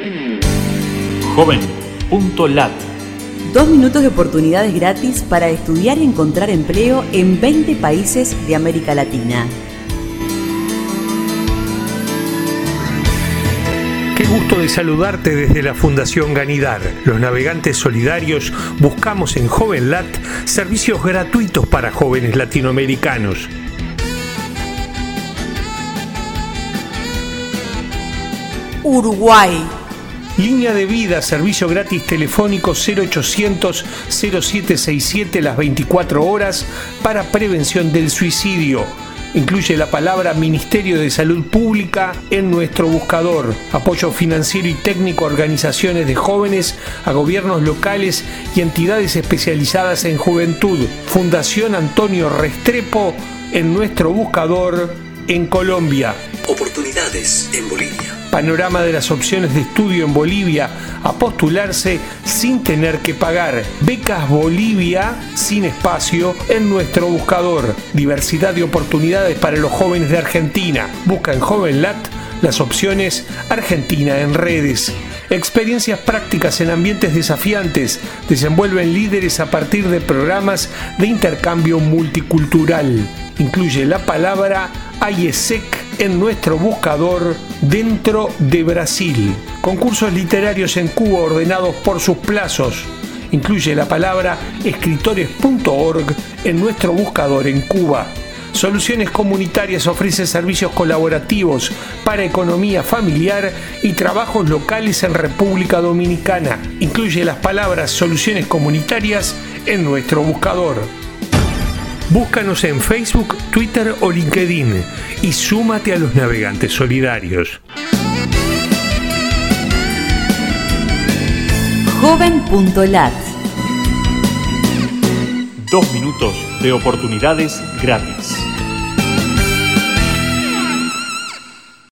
Joven.lat. 2 minutos de oportunidades gratis para estudiar y encontrar empleo en 20 países de América Latina. Qué gusto de saludarte desde la Fundación Ganidar. Los navegantes solidarios buscamos en JovenLat servicios gratuitos para jóvenes latinoamericanos. Uruguay. Línea de vida, servicio gratis telefónico 0800-0767 las 24 horas para prevención del suicidio. Incluye la palabra Ministerio de Salud Pública en nuestro buscador. Apoyo financiero y técnico a organizaciones de jóvenes, a gobiernos locales y entidades especializadas en juventud. Fundación Antonio Restrepo en nuestro buscador en Colombia. Oportunidades en Bolivia. Panorama de las opciones de estudio en Bolivia, a postularse sin tener que pagar. Becas Bolivia sin espacio en nuestro buscador. Diversidad de oportunidades para los jóvenes de Argentina. Busca en JovenLat las opciones Argentina en redes. Experiencias prácticas en ambientes desafiantes. Desenvuelven líderes a partir de programas de intercambio multicultural. Incluye la palabra AIESEC en nuestro buscador dentro de Brasil. Concursos literarios en Cuba ordenados por sus plazos. Incluye la palabra escritores.org en nuestro buscador en Cuba. Soluciones Comunitarias ofrece servicios colaborativos para economía familiar y trabajos locales en República Dominicana. Incluye las palabras Soluciones Comunitarias en nuestro buscador. Búscanos en Facebook, Twitter o LinkedIn y súmate a los navegantes solidarios. Joven.lat. 2 minutos de oportunidades gratis.